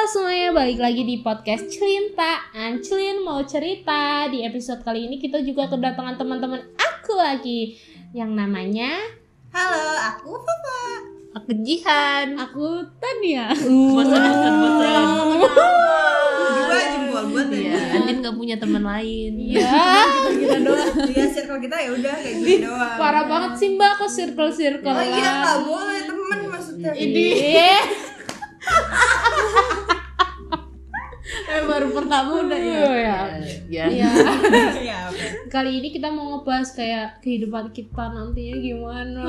semuanya, balik lagi di podcast Celinta. Ancelin mau cerita. Di episode kali ini kita juga kedatangan teman-teman aku lagi, yang namanya halo, aku Fafa. aku Jihan. Aku Tania. Bosan. Dua jempol buat Iya, Andin gak punya teman lain. Iya, kita doang. Iya, circle kita ya udah kayak gini doang. Parah banget sih Mbak, kok circle Oh iya, nggak boleh temen maksudnya. Baru pertama udah ya. Iya. Oke. Kali ini kita mau ngebahas kayak kehidupan kita nantinya gimana.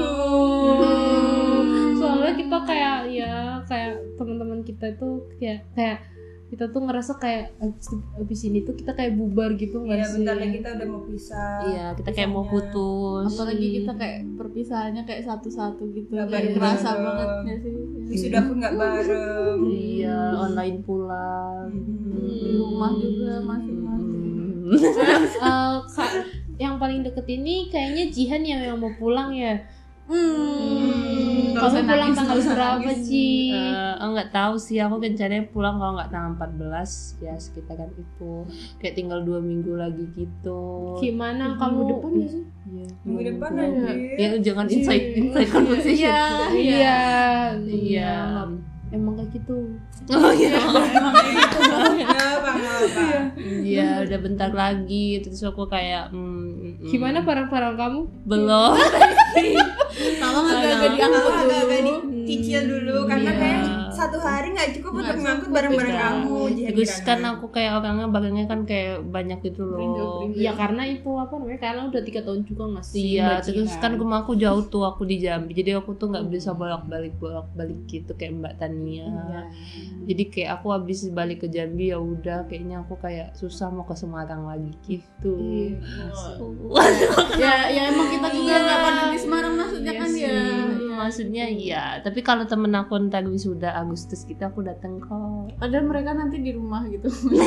Soalnya kita kayak teman-teman kita itu kayak kita tuh ngerasa kayak abis ini tuh kita kayak bubar gitu nggak Iya, sih? bentar lagi kita udah mau pisah. Iya, kita kayak mau putus. Apalagi kita kayak perpisahannya kayak satu-satu gitu. Nggak Kayak bareng-bareng. kerasa banget ya sih. Wisuda pun nggak bareng. Iya, online pulang. Di rumah juga masing-masing. Yang paling deket ini kayaknya Jihan yang mau pulang ya. Nggak Kamu usah pulang nangis, tanggal nggak usah berapa nangis. sih? Enggak tahu sih, aku rencananya pulang kalau nggak tanggal 14 ya sekitaran itu, kayak tinggal 2 minggu lagi gitu. Gimana Minggu kamu depan ya sih? Iya, Minggu depan depan. anjir. Ya jangan inside conversation. Iya. Emang kayak gitu. Oh iya. Nggak apa-apa. Iya, udah bentar lagi. Terus aku kayak Gimana barang-barang kamu? belum. Tolong agak-agak diangkut Kalau agak-agak dulu. dicicil dulu karena Iya. kayak satu hari nggak cukup untuk Nggak ngangkut cukup, barang-barang Udah. kamu. Jihan Terus Kirana. kan aku kayak barangnya kan kayak banyak gitu loh. Rindu. Ya karena itu apa namanya? Karena udah 3 tahun juga nggak sih? Iya, Mbak terus Jihan? kan rumah aku jauh tuh, aku di Jambi. Jadi aku tuh nggak bisa bolak-balik gitu kayak Mbak Tania. Jadi kayak aku habis balik ke Jambi ya udah, kayaknya aku kayak susah mau ke Semarang lagi gitu. Ya emang kita juga nggak pada di Semarang maksudnya kan ya. Maksudnya iya, tapi kalau temen aku ntar wisuda Agustus gitu aku datang kok. Padahal mereka nanti di rumah gitu.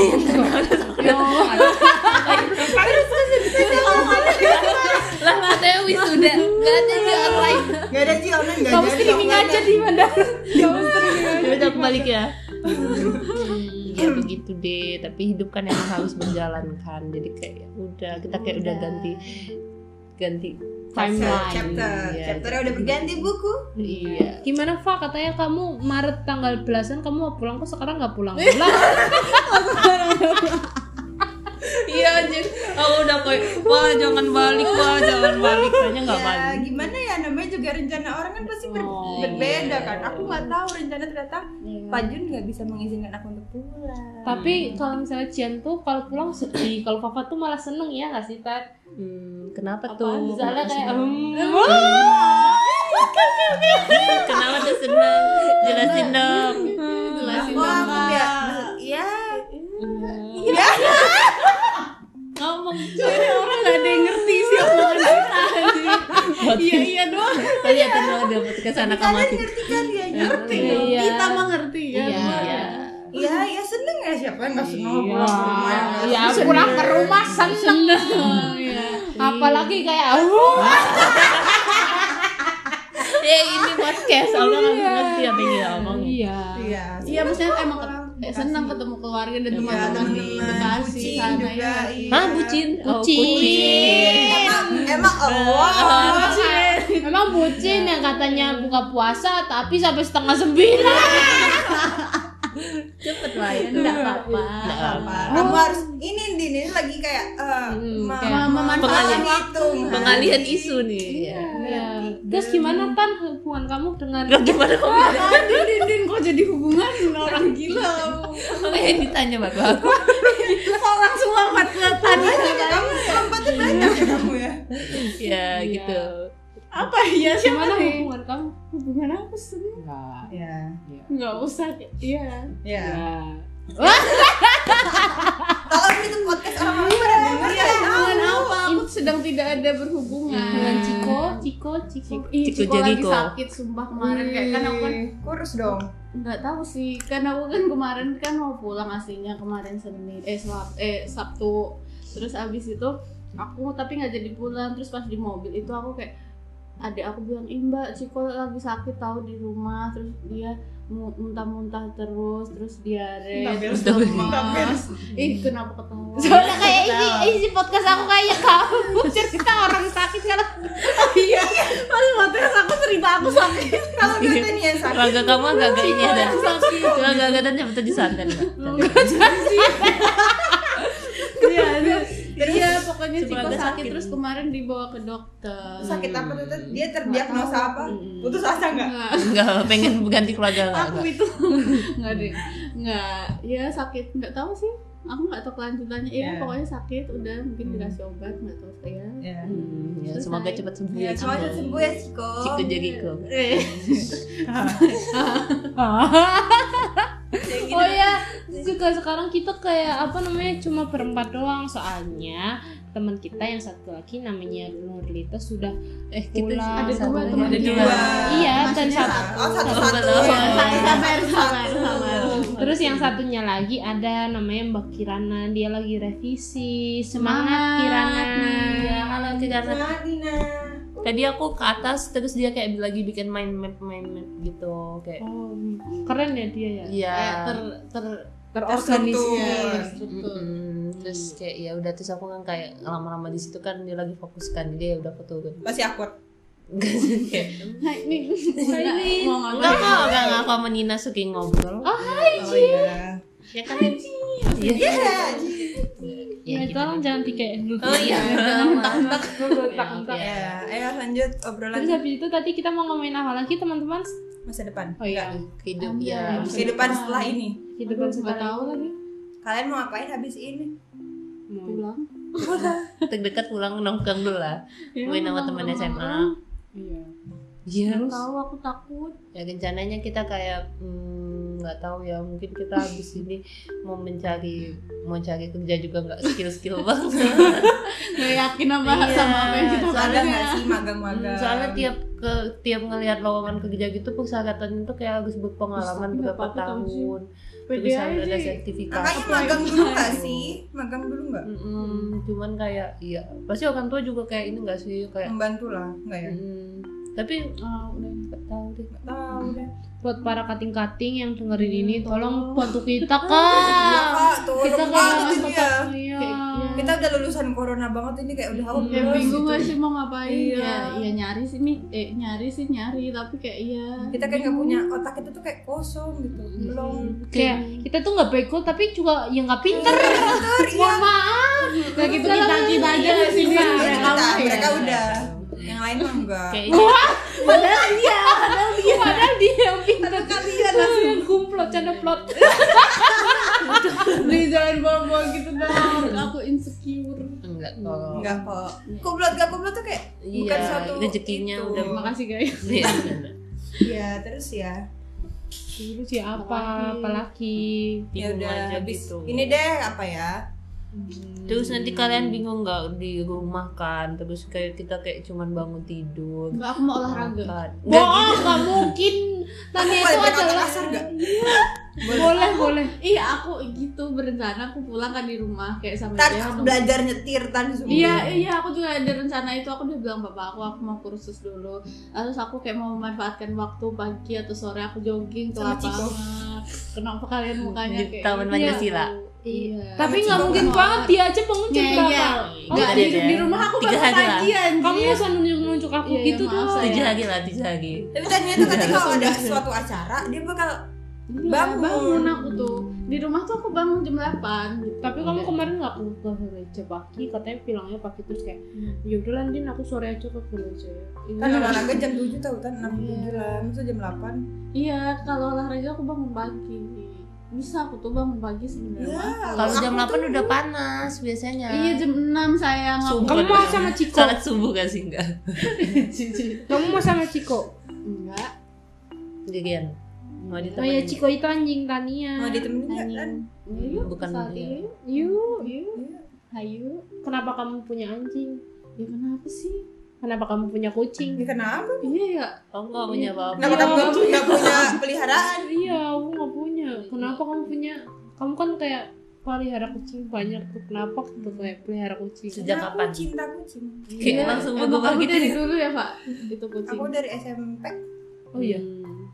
Lah katanya wisuda, nggak ada jalan lain. Nggak ada sih online nggak Kamu jadi. streaming offline aja di mana? Kamu streaming aja. Ya udah aku balik ya. Ya begitu deh, tapi hidup kan emang harus berjalankan. Jadi kayak ya udah, kita kayak udah ganti Timeline. Iya. Chapternya udah berganti buku. Iya. Gimana Fa? Katanya kamu Maret tanggal belasan kamu mau pulang, kok sekarang nggak pulang? Iya anjir, aku udah kayak wah jangan balik, kayaknya nggak Ya balik. gimana ya, namanya juga rencana orang kan pasti berbeda kan. Aku nggak tahu rencana ternyata Pak Jun nggak bisa mengizinkan aku untuk pulang. Tapi kalau misalnya Jian tuh kalau pulang sedih, kalau Papa tuh malah seneng ya nggak sih Tat? Kenapa tuh? Misalnya kayak Kenapa tuh seneng? Jelasin dong. Jelasin Wah, dong, aku Kak. ya Ngomong ini orang nggak ada yang ngerti sih omongan kita. Iya doang. Ternyata doang dapat kesana kalian kamati. ngerti kan ya, ngerti Iya. dong. Kita mengerti ya. Iya. Ya seneng ya, siapa yang nggak seneng pulang ke rumah. ya pulang ke rumah seneng. Apalagi kayak Ini podcast, Allah nggak ngerti apa yang dia omong. iya. Iya maksudnya emang senang ketemu keluarga dan teman-teman di Bekasi Bucin sana juga, ya. iya. Hah, bucin? Bucin. Emang Memang bucin yang katanya buka puasa tapi sampai 8:30. Cepet lah ya. Enggak apa-apa. kamu harus ini lagi kayak memanfaatkan itu. Pengalihan isu nih. Iya. Terus gimana Tan hubungan kamu dengan Gimana kamu? Din kok jadi hubungan orang gila. Yang ditanya bapak aku. Kok langsung lompat ke tadi. Kamu lompatnya banyak ya kamu ya. Ya gitu. Apa ya gimana siapa nih? hubungan kamu? Hubungan apa sih? Ya. Enggak usah. Iya. Ya. Ya. Kalau itu podcast orang-orang pada denger ya. Hubungan apa? Aku sedang tidak ada berhubungan. Dengan Ciko. Ih, Ciko Ciko lagi Jericho. sakit sumpah kemarin kayak kan aku kan Kurus dong. nggak tahu sih kan aku kan kemarin kan mau pulang aslinya kemarin Sabtu terus abis itu aku tapi nggak jadi pulang terus pas di mobil itu aku kayak adik aku bilang Mbak Ciko lagi sakit tahu di rumah terus dia muntah-muntah terus diare, Muntah-muntah. terus lemas. Kenapa ketawa? Soalnya kayak isi podcast aku kayak kamu cerita orang sakit kalau Iya, pas podcast aku cerita aku sakit. Kalau kita nih yang sakit. Raga kamu agak-agak ini ada. Cuma agak-agak dan betul di santet Iya, pokoknya Cuma Ciko agak sakit sakit. terus kemarin dibawa ke dokter. Sakit apa tuh? Dia terdiagnosa apa? Putus asa nggak? Enggak, pengen ganti keluarga Aku enggak. itu nggak deh, nggak, ya sakit, nggak tahu sih. Aku nggak tahu kelanjutannya. Ya. Pokoknya sakit, udah mungkin dikasih obat, nggak tahu saya. Ya. Ya, semoga cepat sembuh Ya, ya. semoga sembuh ya Ciko. Ciko Jericho. oh ya juga sekarang kita kayak apa namanya cuma berempat doang soalnya teman kita yang satu lagi namanya Nurlita sudah Kita pulang. ada dua teman Ada dia. dua. Iya, dan Maksudnya satu. Oh, satu-satu. Oh, sabar. Terus yang satunya lagi ada namanya Mbak Kirana, dia lagi revisi. Semangat Semangat, Kirana. Ya, halo Kirana. Semangat, Dina. Tadi aku ke atas terus dia kayak lagi bikin mind map gitu kayak. Oh, keren ya dia ya. Iya. Terorganisir. Terstruktur. Terus kayak ya udah terus aku kan kayak lama-lama di situ kan dia lagi fokus kan dia udah foto kan. Masih awkward. Enggak sih kayak. Hai nih. Enggak Mau ngapain? kok, enggak aku sama Nina suka ngobrol. Oh iya. Ya kan. Iya. Ya, tolong jangan dikayak dulu. Oh iya. Entak-entak. Ya, ayo lanjut obrolan Terus habis itu tadi kita mau ngomongin apa lagi teman-teman? masa depan. Oh iya, Hidup ya. Kehidupan setelah ini. kehidupan Nggak sekarang. tahu lagi. Kalian mau ngapain habis ini? Pulang. Dekat pulang nongkrong dulu lah. Main sama teman SMA. Iya. Iya. Nggak tahu, aku takut. Ya rencananya kita kayak nggak tahu ya mungkin kita habis ini mau cari kerja juga nggak skill banget. Nggak yakin apa Iya, sama apa yang kita Ada bahas. nggak sih magang-magang? Soalnya tiap ngelihat lowongan kerja gitu persyaratannya tuh kayak harus berpengalaman Tapi nggak berapa apa-apa tahu sih. tahun, Pede terus harus aja ada sih. sertifikasi. Makanya magang dulu nggak sih? Magang dulu nggak? Cuman kayak iya pasti orang tua juga kayak ini nggak sih kayak Membantu lah, nggak ya? tapi Udah. nggak tahu deh. Nggak tahu deh. Buat para kating-kating yang dengerin ini, tolong bantu kita Iya kak. kak, tuh Kita banget kan ini ya. iya. Kita udah lulusan corona banget ini kayak udah Ya hopeless bingung gitu. gak sih mau ngapain. Iya. Ya nyari sih nih, nyari tapi kayak iya. Kita kayak nggak punya otak kita tuh kayak kosong gitu. Belum. Kayak kita tuh nggak bego tapi juga ya nggak pinter. Iya. Maaf. Kayak gitu kita aja di sini. Mereka udah. Yang lain mah enggak. Kayaknya Padahal dia. Padahal dia yang pinter. Kalian langsung yang kumplot, canda plot. Nih jangan bawa gitu dong. Aku insecure. enggak kalau Enggak kok. Kublot tuh kayak bukan iya suatu rezekinya itu. udah Makasih guys. Iya. Iya, terus ya. Dulu sih apalagi. Ya Bingung udah aja habis. gitu. Ini deh apa ya? Terus nanti kalian bingung nggak di rumah kan? Terus kayak kita kayak cuman bangun tidur. Enggak, aku mau olahraga. Makan. Bohong, nggak mungkin. Tania Aku itu boleh berkata adalah kasar nggak? boleh. Iya, aku gitu berencana aku pulang kan di rumah kayak sama Ntar dia. belajar nyetir tan semua. Iya, aku juga ada rencana itu. Aku udah bilang bapak aku mau kursus dulu. Terus aku kayak mau memanfaatkan waktu pagi atau sore aku jogging ke Sama Ciko. lapangan. Kenapa kalian mukanya Di kayak Taman gitu? Pancasila. Iya. Tapi Sama nggak Ciko mungkin kan. banget dia aja bangun jam Iya, berapa? iya. Oh, Enggak, ada di rumah aku 3 bangun hari lah. pagi anjir. Kamu nggak usah nunjuk aku Iya, iya, gitu maaf, dong. saya. 7 hari lah 7 hari. Tapi Tania tuh nanti kalau ada suatu acara dia bakal Bangun aku tuh. Di rumah tuh aku bangun jam 8 gitu. Tapi kamu kemarin nggak ke gereja pagi, katanya bilangnya pagi terus kayak ya udahlah Din, aku sore aja ke gereja. kan olahraga jam 7 tau kan 6 7 lah, masa jam 8. Iya, kalau olahraga aku bangun pagi. Bisa aku tuh bangun pagi sebenarnya. Ya, Kalau jam aku 8 udah panas biasanya. Iya, jam 6 sayang aku. Subuh. Kamu mau sama Ciko? Salat subuh gak sih enggak? Kamu mau sama Ciko? Enggak. Sendirian. Mau Oh ya ditemenin. Ciko itu anjing Tania. mau ditemenin nggak kan? Yuk, Bukan kesana. dia. Yuk. Ayo. Kenapa kamu punya anjing? Ya kenapa sih? Kenapa kamu punya kucing? Ini kenapa? Iya ya. Oh enggak punya apa-apa. Kenapa kamu nggak punya peliharaan? Iya, aku nggak punya. Kenapa kamu punya? Kamu kan kayak pelihara kucing banyak tuh. Kenapa gitu kayak pelihara kucing? Sejak Karena kapan? Aku cinta kucing. Kayak langsung Emang berubah kamu gitu. dari dulu ya, Pak? Itu kucing. Aku dari SMP. Oh iya.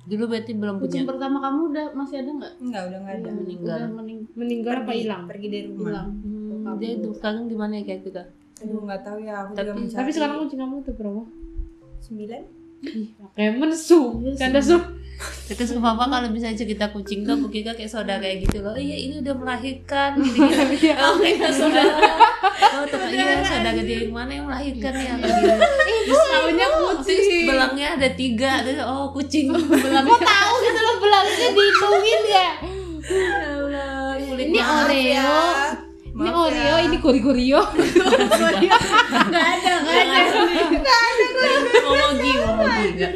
Dulu berarti belum punya. Kucing pertama kamu masih ada nggak? Enggak, udah enggak ada. Meninggal. Udah Meninggal apa hilang? Pergi dari rumah. hilang. Dia itu sekarang di mana ya kayak kita? Aduh, enggak tahu ya, aku Tapi- juga mencari. Tapi sekarang kucing kamu tuh berapa? 9. Kayak mensu, kanda su. Terus ke papa kalau misalnya cerita kucing tuh aku kira kayak saudara kayak gitu loh. Iya ini udah melahirkan gitu. Oh kayak saudara. Oh teman iya saudara dia yang mana yang melahirkan ya kayak gitu. Terus tahunya Terus kucing. belangnya ada 3. Terus oh kucing. Kok tahu gitu loh belangnya dihitungin ya? Ya Allah, kulitnya Ini Oreo, ini Oreo, ini Gorio. Nggak ada. Momogi enggak.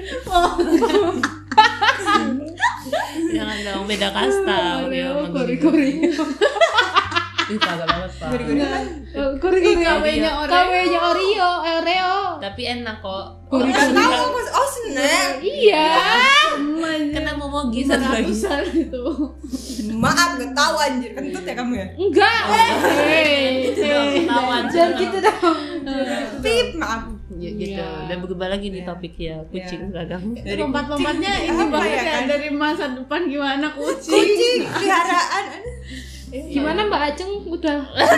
Jangan dong beda kasta. Oreo, Gorio. Itu agak banget pak. Gorio. KW-nya Oreo. KW-nya Oreo. Tapi enak kok. Enggak tahu aku. Oh, snack. Iya. Kena momogi satu lagi. Ratusan itu. Maaf, enggak tahu anjir. Kentut ya kamu ya? Enggak. Ketahuan. Jangan gitu dong. Pip, maaf. Ya, gitu. Iya. Dan berubah lagi nih topik ya kucing kadang. Dari Lompat-lompatnya kucing, ini apa banget ya ya kan? dari masa depan gimana kucing. Kucing peliharaan. Gimana Mbak Aceng udah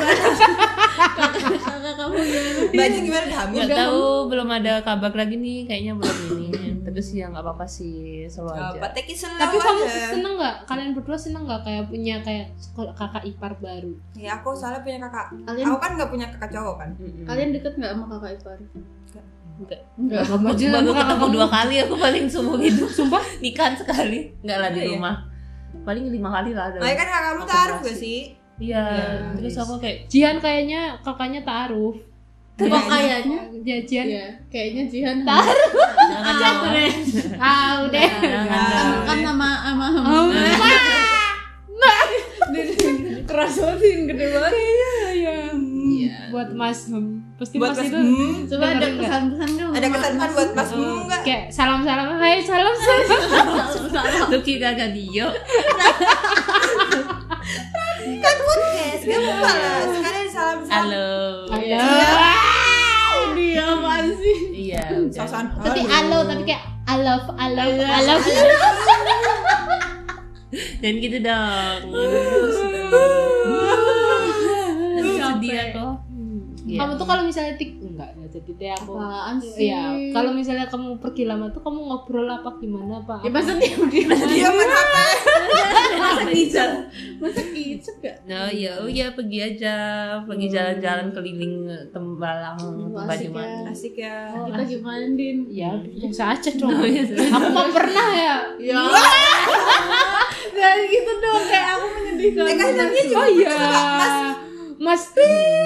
Kakak kamu gimana? Baju gimana udah hamil? Nggak tahu belum ada kabar lagi nih kayaknya belum ini. Terus ya nggak apa-apa sih selalu aja. Apa teki selalu Tapi kamu aja. seneng nggak? Kalian berdua seneng nggak kayak punya kayak kakak ipar baru? Ya aku soalnya punya kakak. Kalian Aku kan nggak punya kakak cowok kan. Mm-mm. kalian deket nggak sama kakak ipar? Enggak. Enggak. Baru ketemu 2 kali aku paling seumur hidup. Sumpah? Nikahan sekali. Enggak lah di Iya. rumah. Paling 5 kali lah ada. Makanya kan kakakmu taruh gak sih? Iya. Iya. Terus aku kayak Jihan kayaknya kakaknya ta'aruf. Oh kayaknya. Ya Jihan. Iya, kayaknya Jihan. jangan Siapa dong. deh? Ah udah. Jangan. Kan sama Oh, keras banget, gede banget. iya. Iya. Buat Mas pasti Buat Mas Mas itu Coba ada dengerin nggak? pesan-pesan dong. Ada kesan buat masmu enggak? Kayak salam-salam, hai salam. Lu kira gak Dio? Kan podcast, gak apa-apa lah. Sekalian salam-salam. Halo. Halo. Dia apaan sih? Iya. udah. Sosokan. Tapi halo, tapi kayak I love. Jangan gitu dong. Sedih aku. Iya. Kamu tuh kalau misalnya enggak jadi deh aku. Apaan sih? Iya, kalau misalnya kamu pergi lama tuh kamu ngobrol apa gimana, Pak? Ya masa dia Dia main HP. masa kicap? Masa kicap gak? Nah, ya, oh ya pergi aja, pergi jalan-jalan keliling Tembalang, Asik Banyumas. ya. Asik ya. Kita gimana Din? Ya, biasa aja dong. Oh, iya. Aku mah pernah ya. Ya. Jangan gitu dong, kayak aku menyedihkan. kan namanya juga Oh iya. Mas. Mas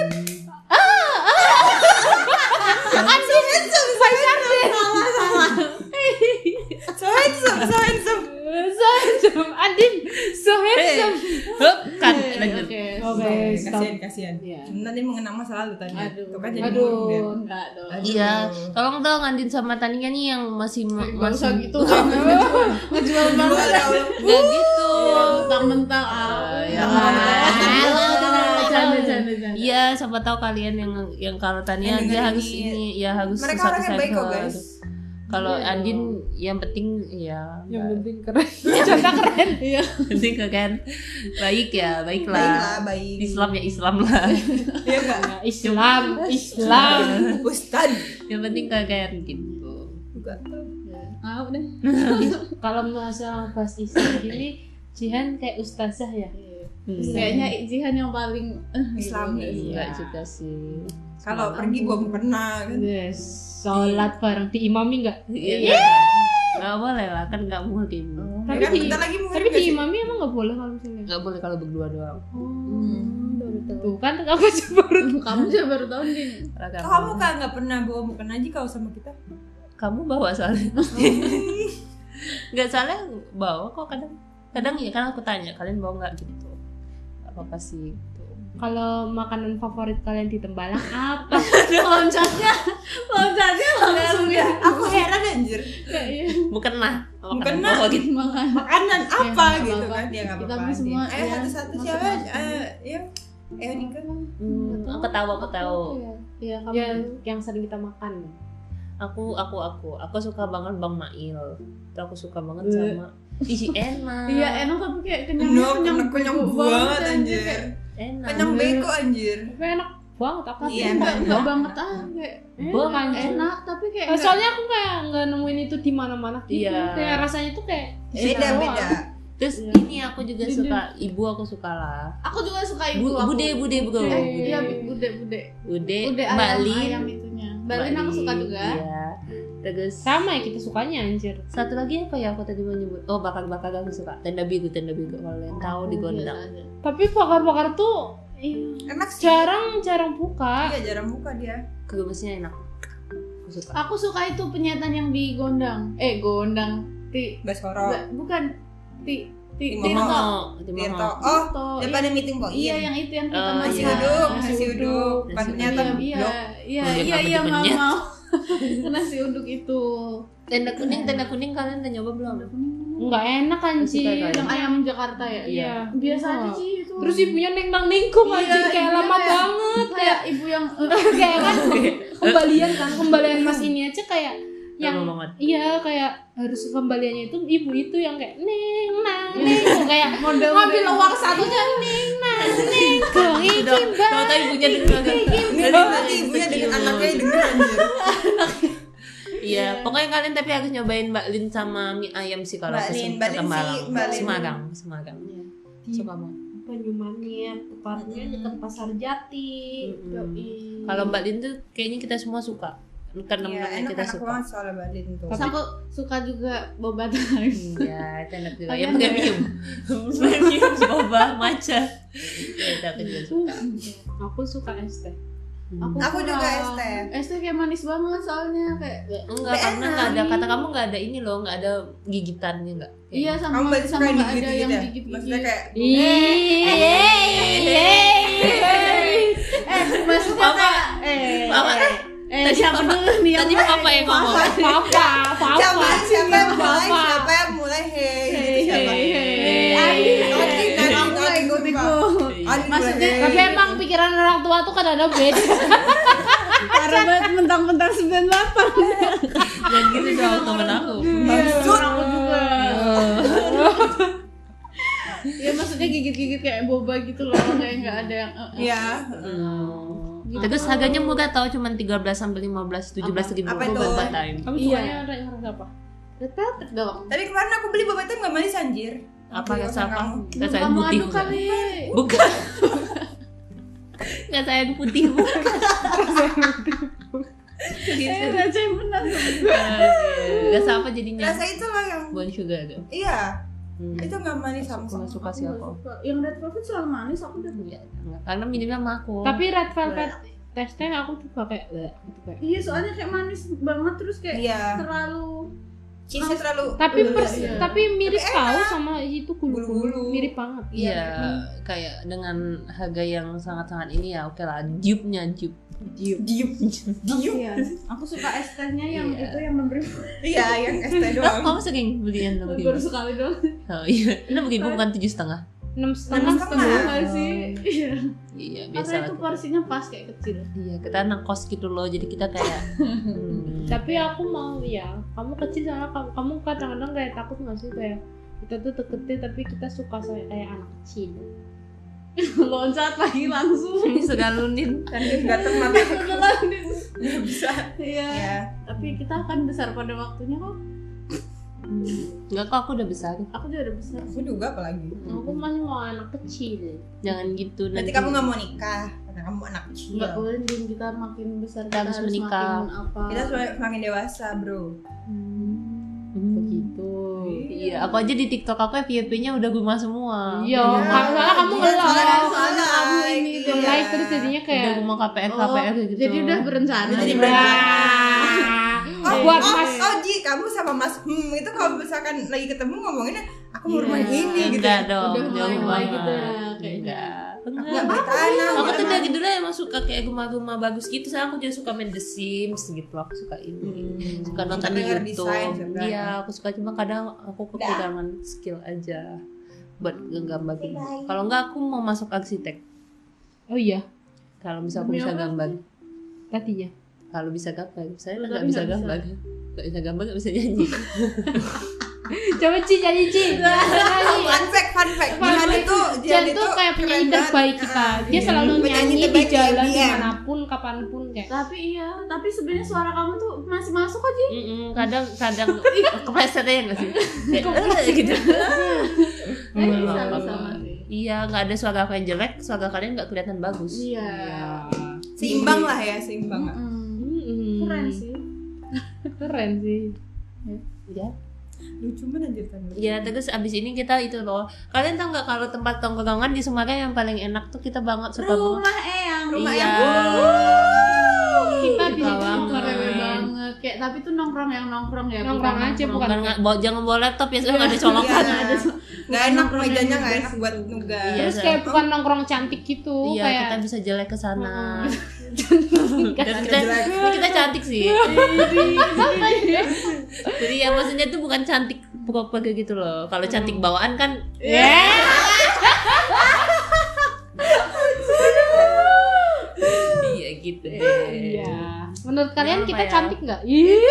So handsome. so handsome, Andin, so handsome. Hup, kan lanjut. Oke, stop. Kasihan. Iya. Nanti mengenang masa lalu tadi. Aduh. Tuh kan jadi murung dia. Aduh. Enggak dong. Iya, tolong dong Andin sama Tania nih yang masih Gak usah masih gitu kan. Ngejual banget. Ya Allah. nggak gitu. Mentang-mentang apa Ya. Canda. Iya, siapa tahu kalian yang kalau Tania Yang dia dengerin harus ini. ini ya harus Mereka satu orang yang baik kok cycle. guys. Kalau Andin yang penting ya Yang penting keren. Contoh keren. Iya. penting kan baik ya, baiklah. Baiklah, baik. Islam ya Islam lah. Iya enggak? Islam. Ustad. Yang penting kalian gitu. Juga. Ah, udah. Kalau masalah bahas Islam gini, Jihan kayak ustazah ya. Kayaknya Jihan yang paling Islami. Enggak juga sih. Kalau pergi gua pernah kan. Yes. Sholat bareng diimami nggak? Iya. Nggak boleh lah, kan nggak mungkin. Tapi Ya kan di, bentar lagi mungkin tapi nggak sih? diimami emang nggak boleh kalau misalnya. Nggak boleh kalau berdua doang. Tuh kan aku coba kamu juga baru tahu Din. Kamu kan nggak pernah bawa bukan aja kau sama kita. Kamu bawa soalnya. Nggak soalnya bawa kok kadang. Kadang ya kan aku tanya kalian bawa nggak gitu. Nggak apa-apa sih. Gitu. kalau makanan favorit kalian di Tembalang apa? Loncatnya langsung ya. Aku heran anjir. Bukan lah. Bukan lah. Gitu. Makan. Makanan apa Ya, nggak gitu apa-apa. kan? Dia nggak Kita apa-apa. semua, Ayo ya, satu-satu masak siapa? aja. Ayo Nika. Aku tahu. Iya, kamu Ya, yang sering kita makan. Aku suka banget Bang Mail. Itu aku suka banget sama. Ih, enak. Iya enak tapi kayak kenyang banget anjir. kayak Enak. Kenyang beko anjir. Tapi enak banget apa Iya, enggak banget kayak enak tapi kayak soalnya aku kayak nggak nemuin itu di mana-mana gitu. Iya. Kayak rasanya tuh kayak di situ Beda. doang. Terus ini aku juga suka ibu, aku suka lah. aku juga suka ibu Bude bro. iya bude Mbak ayam Lin. ayam itunya Balin aku suka juga. Iya. Terus Sama ya kita sukanya anjir. satu lagi apa ya aku tadi mau nyebut? Oh, bakar-bakar aku suka. Tenda biru kalau kalian tahu di Gondang. Tapi bakar-bakar tuh Enak sih. jarang buka. Iya, jarang buka dia. Kebabnya enak. Aku suka. Aku suka itu penyetan yang di Gondang. Gondang. Baskoro. Bukan. Timoho. Tirto. Tirto. Oh, Tirto. depan ada meeting poin. Iya, yang itu yang kita Oh, Nasi masak. uduk, Nasi nasi uduk. uduk. Bukan Nasi ternyata blok. Iya, Kemudian apa nggak dipenyet? mau. Nasi uduk itu. Tenda kuning kalian udah nyoba belum? Enggak enak anjir. Suka kali. Yang ayam Jakarta ya. Iya. Biasa Oh. aja sih itu. Terus ibunya ningkung Iya, anjir kayak ibunya lama kayak- banget kayak ibu yang kayak kan kembalian mas ini aja kayak yang Lama banget. iya kayak harus kembaliannya itu ibu itu yang kayak neng kayak model ngambil uang satunya neng kong iki mbak Tahu ibunya dengar. Nanti ibunya dengan anaknya denger anjir. Iya, pokoknya kalian tapi harus nyobain Mbak Lin sama mie ayam sih kalau Mbak ke Lin, Mbak Lin Semarang. sih, Mbak Lin. Semarang. Suka banget. Banyumanik tepatnya dekat Pasar Jati. Mm-mm. Kalau Mbak Lin tuh kayaknya kita semua suka. Karena Iya, memang kita enak suka. banget soalnya Mbak Lin tuh. Terus aku suka juga boba time. Iya, itu enak juga. Oh, Yang iya, premium. Premium boba matcha. Ya, itu aku juga suka. Aku suka es teh. Aku juga es teh. Es teh kayak manis banget soalnya kayak Enggak, karena nggak ada kata kamu nggak ada ini loh, nggak ada gigitannya nggak. iya Kamu sama berarti suka sama yang nggak ada digigit-gigit yang ya? gigit-gigit. Maksudnya kayak Maksudnya kayak Apa? siapa dulu nih yang Tadi apa yang ngomong? Papa siapa yang mulai? Siapa yang mulai? Hei, gitu siapa? Maksudnya tapi emang pikiran orang tua tuh kadang-kadang beda. parah banget mentang-mentang 98. Jangan gitu dong temen aku. Aku juga. Ya maksudnya gigit-gigit kayak boba gitu loh, kayak nggak ada yang Iya. Terus harganya murah tau, cuma 13 sampai 15, 17 ribu Apa itu? boba time. Kamu Iya. sukanya rasa apa? red velvet dong. Tapi kemarin aku beli boba teh nggak manis anjir. Apa Beli rasa sama apa? kamu. Rasa air Kamu putih aduk bukan? kali. Bukan. Rasa air putih bukan. Rasa yang benar. Rasa apa jadinya? Rasa itu lah yang Bukan sugar dong. iya. Itu nggak manis sama Aku nggak suka sih aku. Yang red velvet selalu manis, aku udah. Iya, enggak. Karena minumnya sama aku. Tapi red velvet tesnya aku juga kayak gitu kayak. Iya soalnya kayak manis banget terus kayak Iya. terlalu. Cheese terlalu. Tapi iya. tapi mirip Tapi tahu enak. sama itu Gulu-gulu. gulu-gulu. Mirip banget. Iya, kayak dengan harga yang sangat-sangat ini ya, oke lah. Diupnya. Diup. Iya. Aku suka es tehnya yang Iya. itu yang memberi. Iya, yang es teh Oh, doang. kamu sering beli yang 6 ribu? Baru sekali doang. Oh iya, 6 ribu bukan 7,5. 6,5. Setengah. sih. Iya. Iya, Karena biasa itu lah. porsinya pas kayak kecil. Iya, kita anak kos gitu loh, jadi kita kayak Tapi aku mau ya, kamu kecil soalnya kamu kadang-kadang kayak takut nggak sih kayak kita tuh deketin tapi kita suka kayak anak kecil. Loncat lagi langsung. ini segalunin. Dan nggak termata. Nggak bisa. Iya. Iya. Tapi kita akan besar pada waktunya kok. Enggak kok, aku udah besar. Aku juga udah besar. Aku juga apalagi. Aku masih mau anak kecil. Jangan gitu Nanti kamu nggak mau nikah karena kamu anak kecil. Enggak boleh Din, kita makin besar Kita harus menikah. makin apa. Kita semakin dewasa, bro. begitu. Iya, aku aja di TikTok aku FYP-nya udah guma semua. Iya, karena kamu Iya, ngelak. soalnya kamu ini Iya. Nge-like terus jadinya Udah kayak guma KPR gitu. Jadi udah berencana. Jadi nih. buat Mas. Ji, kamu sama Mas itu kalau misalkan lagi ketemu ngomonginnya aku mau rumah Iya. ini gitu. Enggak dong, Udah jauh mulai banget. gitu ya, kayaknya. Nggak beli tanah. Aku tuh dari dulu emang suka kayak rumah-rumah bagus gitu. Saya aku juga suka main The Sims gitu. Aku suka ini, suka nonton di Interior YouTube. design juga. Iya, aku suka, cuma kadang aku kekurangan skill aja buat ngegambar gitu. Kalau enggak aku mau masuk arsitek. Oh iya, Kalau bisa aku bisa gambar. tadinya. Kalau bisa gambar, saya Tapi nggak bisa nggak bisa. gambar. Nggak bisa gambar, nggak bisa nyanyi. Coba Ci nyanyi Ci. Nyanyi. Fun fact. Jihan Jan tuh kayak penyanyi keren terbaik banget. kita. Dia selalu Penyanyi nyanyi di terbaik jalan IBM. dimanapun, kapanpun kayak. Tapi sebenarnya suara kamu tuh masih masuk aja. Kadang kepleset aja nggak sih? Kayak gitu. Bisa masih. Iya, nggak ada suara aku yang jelek, suara kalian nggak kelihatan bagus. Iya. Seimbang lah ya, seimbang. Keren sih. Keren sih. Ya. Lucu banget anjir kan. Ya, terus abis ini kita itu loh. Kalian tahu nggak kalau tempat tongkrongan di Semarang yang paling enak tuh kita banget suka banget. Rumah Eyang. Rumah Iya. Kita di Suka situ banget. rame banget. Kayak tapi tuh nongkrong ya. Nongkrong aja, bukan Jangan bawa laptop ya, soalnya nggak ada colokan. Iya. Nggak enak, mejanya nggak enak buat nugas. Iya. Terus kayak bukan nongkrong cantik gitu, Iya, kayak kita bisa jelek ke sana. Dan Jelek. kita cantik sih. Jadi ya maksudnya tuh bukan cantik pura-pura gitu loh. Kalau cantik bawaan kan iya gitu deh. iya. Menurut kalian Apa kita ya? cantik nggak? Ih,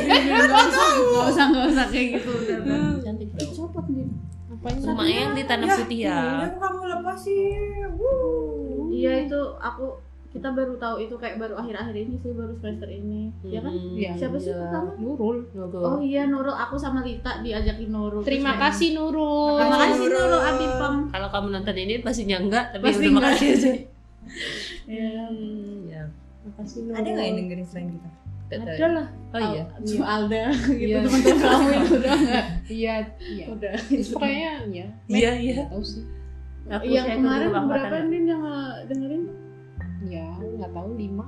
Nggak usah kayak gitu udah. Cantik dong. Copot nih. ngapain sih? Rumah yang di tanah putih ya. Yang kamu lepasin. Iya itu kita baru tahu itu kayak baru akhir-akhir ini sih, baru semester ini. Ya kan? Iya. Siapa sih pertama? Nurul. Oh iya Nurul, aku sama Lita diajakin Nurul. Terima Terus kasih Nurul. kayak, terima kasih Nurul. Nurul Abipam. Kalau kamu nonton ini pastinya enggak, tapi Pasti terima enggak. kasih aja. Iya. Ya. Makasih Nurul. Ada nggak yang dengerin selain kita? Ada lah. Oh iya. Cuma Alda gitu Iya. teman-teman kamu itu udah enggak. Iya, iya. Udah. Itu kayaknya ya. Iya, iya. Tahu sih. Aku Yang saya kemarin kedua berapa angkatan. Din yang dengerin? Ya, nggak tahu 5.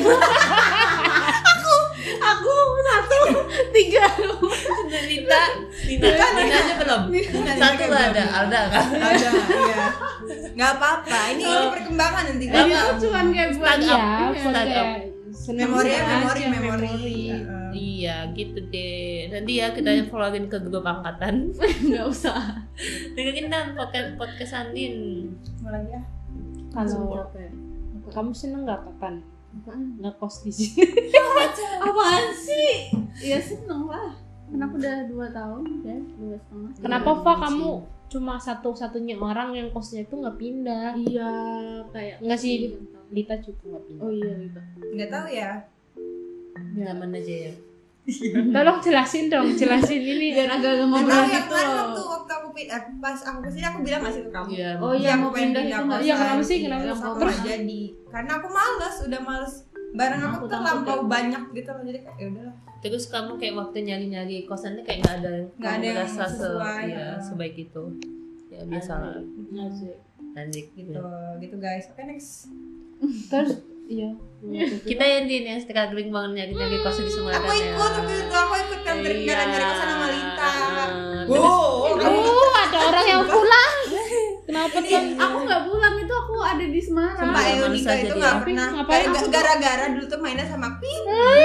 Aku 1, 3. Lita aja belum. Satu lah ada, Alda kan. Ada, iya. Nggak apa-apa. Ini perkembangan nanti. Ini tuh cuman kayak buat Stand up. Iya, buat Stand up. kayak seneng Memori, aja, memori. Iya, gitu deh. Nanti ya kita followin ke grup angkatan. Enggak usah. Dengerin dan podcast Andin. Mulai ya. Kalau Capek. kamu seneng nggak kapan Apaan? ngekos di sini? Apaan sih? Ya seneng lah. Kan aku udah 2 tahun ya, 2,5. Kenapa Fa kamu cuma satu-satunya orang yang kosnya itu nggak pindah? Iya, kayak Nggak sih, Lita juga nggak pindah. Oh iya gitu. Nggak tahu ya. Nyaman aja ya. Tolong jelasin dong, jelasin ini. Biar agak Nggak ngobrol tahu ya gitu kemarin loh. waktu aku pas aku kesini aku bilang nggak sih ke kamu. Iya. Oh iya, mau pindah itu enggak? Iya, kenapa sih? Kenapa? Terus aku Terus? nggak jadi. Karena aku udah males. Barang aku Aku tuh takut lampau ya. banyak gitu loh. Jadi kayak ya udahlah. Terus kamu kayak waktu nyari-nyari kosannya kayak nggak ada yang Nggak ada kamu yang rasa sesuai, ya, ya. sebaik itu. Ya biasa lah. Asik. Anjik Gitu guys. Oke next. Terus iya. Kita yang yang struggling banget nyari-nyari kos di Semarang Aku ya. ikut waktu itu aku ikut kan nyari kosan sama Lita. Terus Kamu ada orang yang pulang. Kenapa tuh? Aku nggak pulang, itu aku ada di Semarang. Sumpah Males Eulika aja itu dia. nggak pernah. Ngapain? Gara-gara dulu tuh mainnya sama Pin.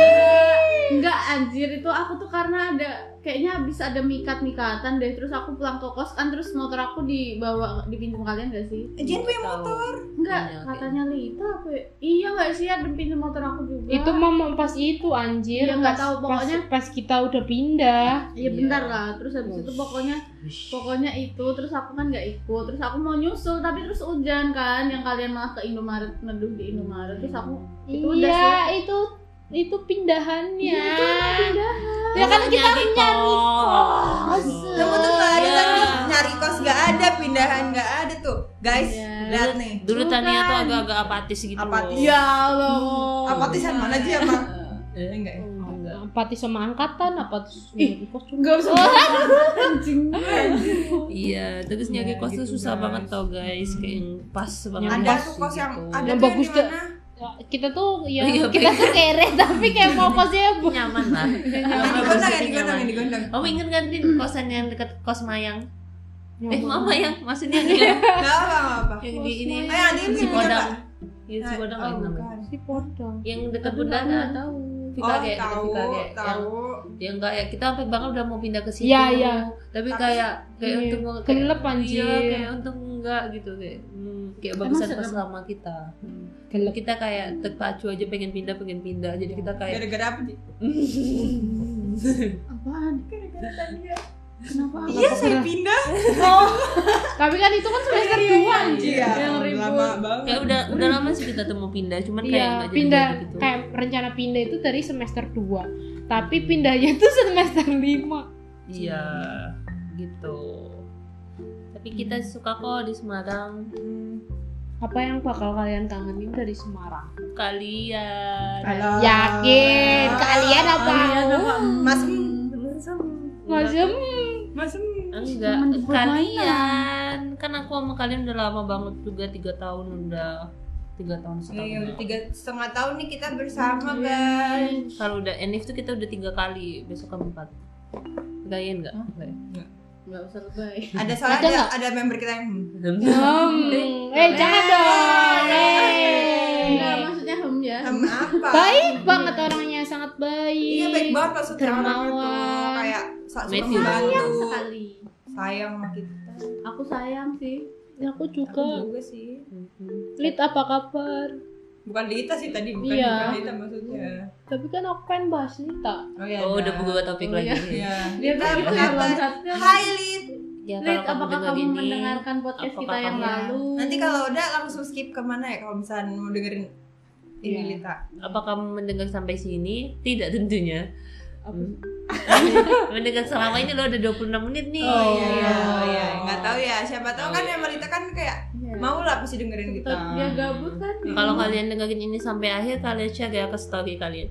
Enggak anjir, itu aku tuh karena kayaknya habis ada mikatan deh, terus aku pulang ke kos kan, terus motor aku dipinjam kalian gak sih? Jen punya motor. Enggak, Iya, katanya Lita apa ya? Iya gak sih, ada pinjam motor aku juga. Itu mama pas itu anjir. Iya, nggak Pas- tahu, pokoknya- pas kita udah pindah. Iya bentar lah, terus habis itu pokoknya itu, terus aku kan nggak ikut, terus aku mau nyusul tapi terus hujan kan, yang kalian malah ke Indomaret, neduh di Indomaret, terus aku itu udah Iya, itu pindahannya. Iya, itu emang pindahan. Ya kan kita nyari kos. Kamu tuh nggak ada Iya. kan nyari kos nggak ada, pindahan nggak ada tuh. Guys, Iya. lihat nih. Dulu Tania tuh Bukan. agak-agak apatis gitu. Apatis. loh. Ya Allah. Apatisan mana aja emang? Enggak ya. Apatis sama angkatan, apatis nyari kos juga. Enggak usah anjing. Iya, terus nyari Iya, kos tuh gitu, susah guys. banget tau guys, kayak yang pas banget. Ada tuh kos yang ada Yang tuh bagus di mana? Kita tuh ya Iya, kita tuh kere tapi kayak mau kosnya nyaman lah. Yang digondang, yang digondang, yang digondang. Kamu inget kan Din kosan yang deket kos Mayang? Mama yang maksudnya yang Nggak apa-apa. yang di ini Oh, yang di ini si juga, Podang. Pak. Iya si Podang Oh, lagi namanya. bukan. si podong. Yang dekat Aduh, aku Bundana. nggak tahu. Vikage, tahu, Vikage. Yang yang kayak kita sampai banget udah mau pindah ke situ. Iya, iya. Tapi kayak Iya, untuk kelelep, anjir. Iya, kayak untuk enggak gitu kayak bagusan pas selama kita. Kalau kita kayak terpacu aja pengen pindah jadi kita kayak Gara-gara apa sih? Apaan? Gara-gara Tania. Kenapa? Iya saya pindah. Tapi kan itu kan semester 2 anjir. Iya. Yang ribut. Lama banget. kayak udah lama sih kita tuh mau pindah, cuman kayak Iya, nggak jadi pindah gitu. kayak rencana pindah itu dari semester 2. Tapi pindahnya itu semester 5. Iya, gitu. Tapi kita suka kok di Semarang. Apa yang bakal kalian kangenin dari Semarang? Kalian. Halo. Yakin kalian apa? Mas Masem. Enggak, kalian. Kan aku sama kalian udah lama banget juga 3 tahun udah 3 tahun setengah. Iya, udah 3,5 tahun nih kita bersama guys. Kalau udah Enif tuh kita udah 3 kali, besok 4. Gayain enggak? Enggak usah lebay. Ada soalnya Ada nggak? ada member kita yang Jangan dong. Enggak, maksudnya ya. apa? Baik banget orangnya, sangat baik. Iya baik banget maksudnya orang itu Dermawan. kayak suka Matthew. membantu, Sekali. sayang sama kita. Aku sayang sih. Ya, aku Aku juga. juga sih. Lid, apa kabar? Bukan Lita sih tadi, bukan Iya. Lita maksudnya. Tapi kan aku pengen bahas Lita. Oh iya. Oh, udah buka topik Oh, lagi. Iya. Dia Lita kan apa gitu ya, kabar? bangsatnya. Hai Lit. Ya Lid, kalau kamu apakah dengar kamu ini, mendengarkan podcast kita apakah yang kamu- lalu? Nanti kalau udah langsung skip kemana ya kalau misalnya mau dengerin ini Iya. Lita. apa kamu mendengar sampai sini? Tidak tentunya. Mendengar selama ini lo udah 26 menit nih. Oh iya. Nggak tahu ya. Siapa tahu kan yang Lita kan kayak Iya. mau lah pasti dengerin kita. Tetap dia gabut kan? Kalau kalian dengerin ini sampai akhir, kalian share ya ke story kalian.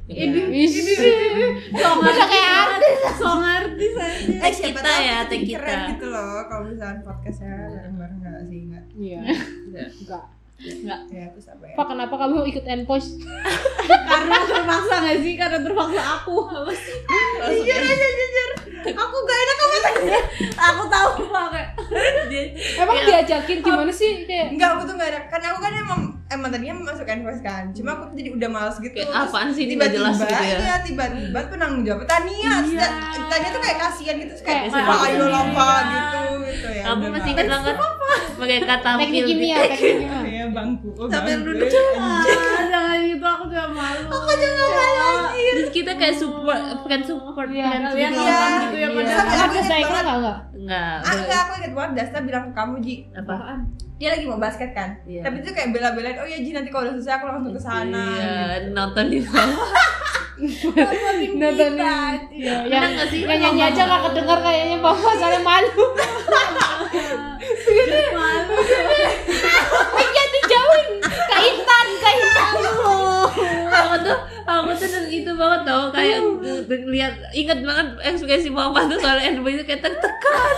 Masa kayak artis. Song artis aja. Siapa kita tahu ya, kita tag keren kita. gitu loh kalau misalnya podcastnya bareng nggak sih nggak. Iya. Enggak. Enggak. Ya terus apa ya? Pak, kenapa kamu ikut Envoice? Karena terpaksa nggak sih? Karena terpaksa aku. Jujur aja jujur. Aku gak enak sama tanya. Aku tahu banget. Emang diajakin gimana sih? Kayak Enggak, aku tuh gak enak. Kan aku kan emang tadinya masuk Envoice kan. Cuma aku tuh jadi udah males gitu. Kayak Terus apaan sih ini nggak jelas gitu ya? Iya, tiba-tiba penanggung jawab Tania. Iya. Tania tuh kayak kasihan gitu. Terus kayak Kayak, Pak ayo lah iya. Pak gitu ya. Kamu udah, masih Pak. ingat banget pakai kata teknik feel kimia, gitu. teknik kimia. Iya bangku. Oh, Sampai bangku. duduk. Jangan gitu, aku juga malu. Aku juga malu. Terus kita kayak support, bukan support, Iya, bukan kalian support. nonton gitu ya, Iya. padahal Sampai aku Ada ingat saya banget. enggak? Enggak. Enggak, aku ingat banget Dasta bilang ke kamu Ji. Apa? Dia lagi mau basket kan. Iya. Tapi itu kayak bela-belain, oh ya Ji nanti kalau udah selesai aku langsung ke sana. Iya, nonton di bawah. Nonton iya, yang Enak nggak sih? yang nyanyi aja nggak kedengar kayaknya bapak soalnya malu. Malu. Miknya dijauhin kaitan. Aku tuh itu banget tau kayak lihat inget banget ekspresi mama tuh soal Envoy itu kayak tertekan.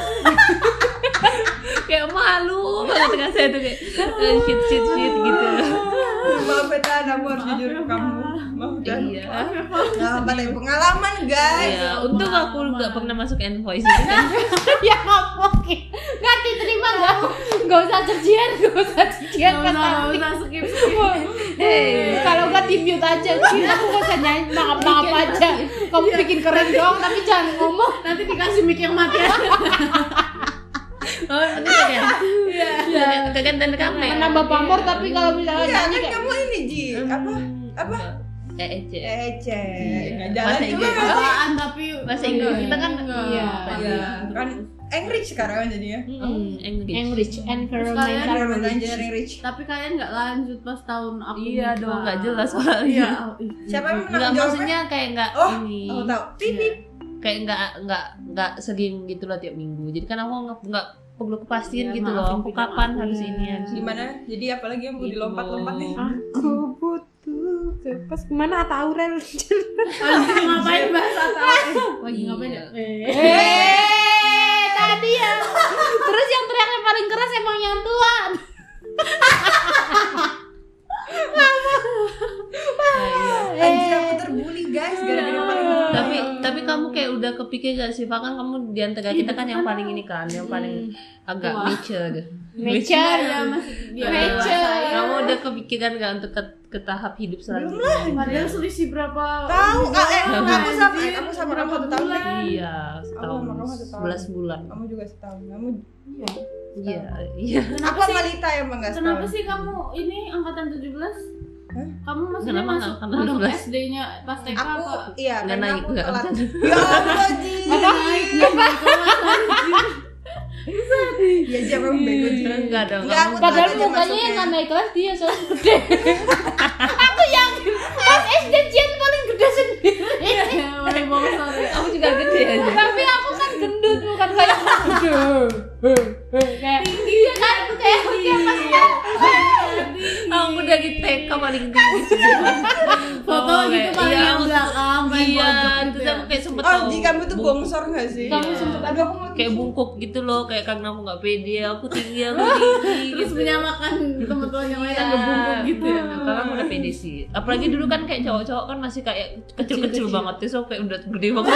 Kayak malu banget dengan saya tuh kayak shit gitu. Maaf ya Tan, aku harus jujur ke kamu. Maaf Dan. Iya. Nah, tapi pengalaman guys. Iya, untung aku nggak pernah masuk Envoy sih kan. Ya oke, nggak diterima nggak usah cerjian Nggak usah skip. kalau nggak di mute aja kita aku nggak usah nyanyi maaf aja kamu bikin keren dong tapi jangan ngomong. Nanti dikasih mic yang mati aja. Oh, ini kan. Iya. Kegantian kamu ya. Menambah pamor tapi kalau misalnya Iya nyanyi kan kayak kamu ini Ji. Apa? Ece. Ece. Nggak jalan Bahasa juga Inggris. nggak sih? Apaan tapi Bahasa Inggris kita kan Iya. Iya. Kan Enrich sekarang jadinya. English. Enrich, environmental Environmental engineering rich. tapi kalian nggak lanjut pas tahun aku Iya nikah. dong, nggak jelas soalnya. Iya. Siapa yang Enggak, menang jawabnya? maksudnya kayak enggak Oh, ini. aku tahu. Pipip. Kayak enggak sering gitu loh tiap minggu. Jadi kan aku enggak perlu kepastian Iya, gitu loh. maafin Aku pindah kapan aku harus ya. ini harus ini. Gimana? Jadi apalagi yang mau Gitu. dilompat-lompat nih? aku butuh pas kemana Atta Aurel Lagi ngapain bahas atau lagi ngapain ya? tadi ya terus yang teriak yang paling keras emang yang tua. Anjir aku terbully guys gara-gara yang paling Tapi kamu kayak udah kepikir gak sih, Pak? Kan kamu diantara kita kan yang paling ini kan, yang paling agak Wah. mature. Mature Ya masih dia Mature. dewasa ya. Kamu udah kepikiran nggak untuk ke tahap hidup selanjutnya? Padahal selisih berapa? Tahu aku sama Anjir, kamu sama berapa kamu 1 tahun bulan? kan? Iya, setahun, sama kamu 1 tahun. 11 bulan. Kamu juga setahun. Kamu Iya. aku sama Lita yang enggak setahun. Kenapa sih kamu ini angkatan 17? Hah? Kamu maksudnya Kenapa masuk angkatan 17? SD-nya pas TK Aku apa? iya, Nggak karena naik, aku nggak telat. absen. Ya Allah, Ji. Ya jangan bego Ji. Enggak dong. Enggak, aku Padahal telat aja mukanya masuknya. yang nggak naik kelas dia soalnya gede. Aku yakin pas SD Cian paling gede sendiri. Boleh bongsor ya. Aku juga gede aja. Tapi aku kan gendut bukan kayak kayak tinggi kan kayak dia pas Aku dari TK paling tinggi. Foto gitu paling yang belakang, paling Iya, pojok gitu terus ya. aku kayak sempet Oh, tahu Ji, kamu tuh bungkuk. bongsor enggak sih? Kamu Iya. sempet Aduh, aku mau Kayak bungkuk gitu loh, kayak karena aku nggak pede, aku tinggi. Terus menyamakan teman-teman yang lain Iya. agak bungkuk gitu ya. Karena aku udah pede sih. Apalagi dulu kan kayak cowok-cowok kan masih kayak kecil-kecil banget, terus aku kayak udah gede banget.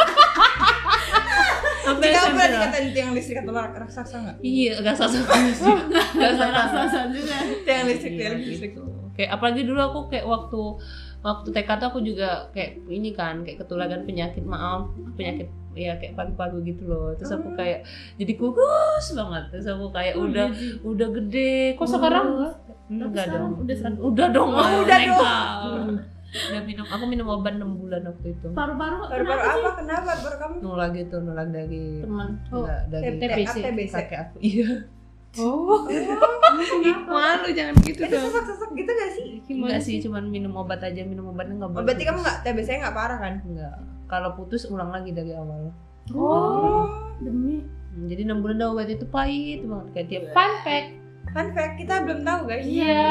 Sampai Jika aku SMP pernah lah. dikatain tiang listrik atau raksasa enggak? Iya, gak sasa sih. Gak Nggak sasa. rasa juga. Tiang listrik, Iya, tiang listrik. gitu. Kayak apalagi dulu aku kayak waktu TK tuh aku juga kayak ini kan kayak ketularan penyakit penyakit ya kayak paru-paru gitu loh. Terus aku kayak jadi gugus banget. Terus aku kayak udah gede. Kok sekarang Enggak sekarang dong. udah Udah dong. udah dong. Udah aku minum obat 6 bulan waktu itu. Paru-paru Baru-baru apa? Kenapa? Baru kamu Nolak gitu, nolak dari teman. enggak dari TBC. TBC. kakek aku. Iya. oh Malu jangan gitu Itu sesak-sesak gitu gak sih? Enggak sih, cuman minum obat aja, minum obatnya enggak Oh, boleh. berarti kamu putus. enggak TBC enggak parah kan? Enggak. Kalau putus ulang lagi dari awal. Oh, demi. Jadi 6 bulan dah obat itu pahit banget kayak tiap fun fact. Fun fact, kita belum tahu guys. Iya.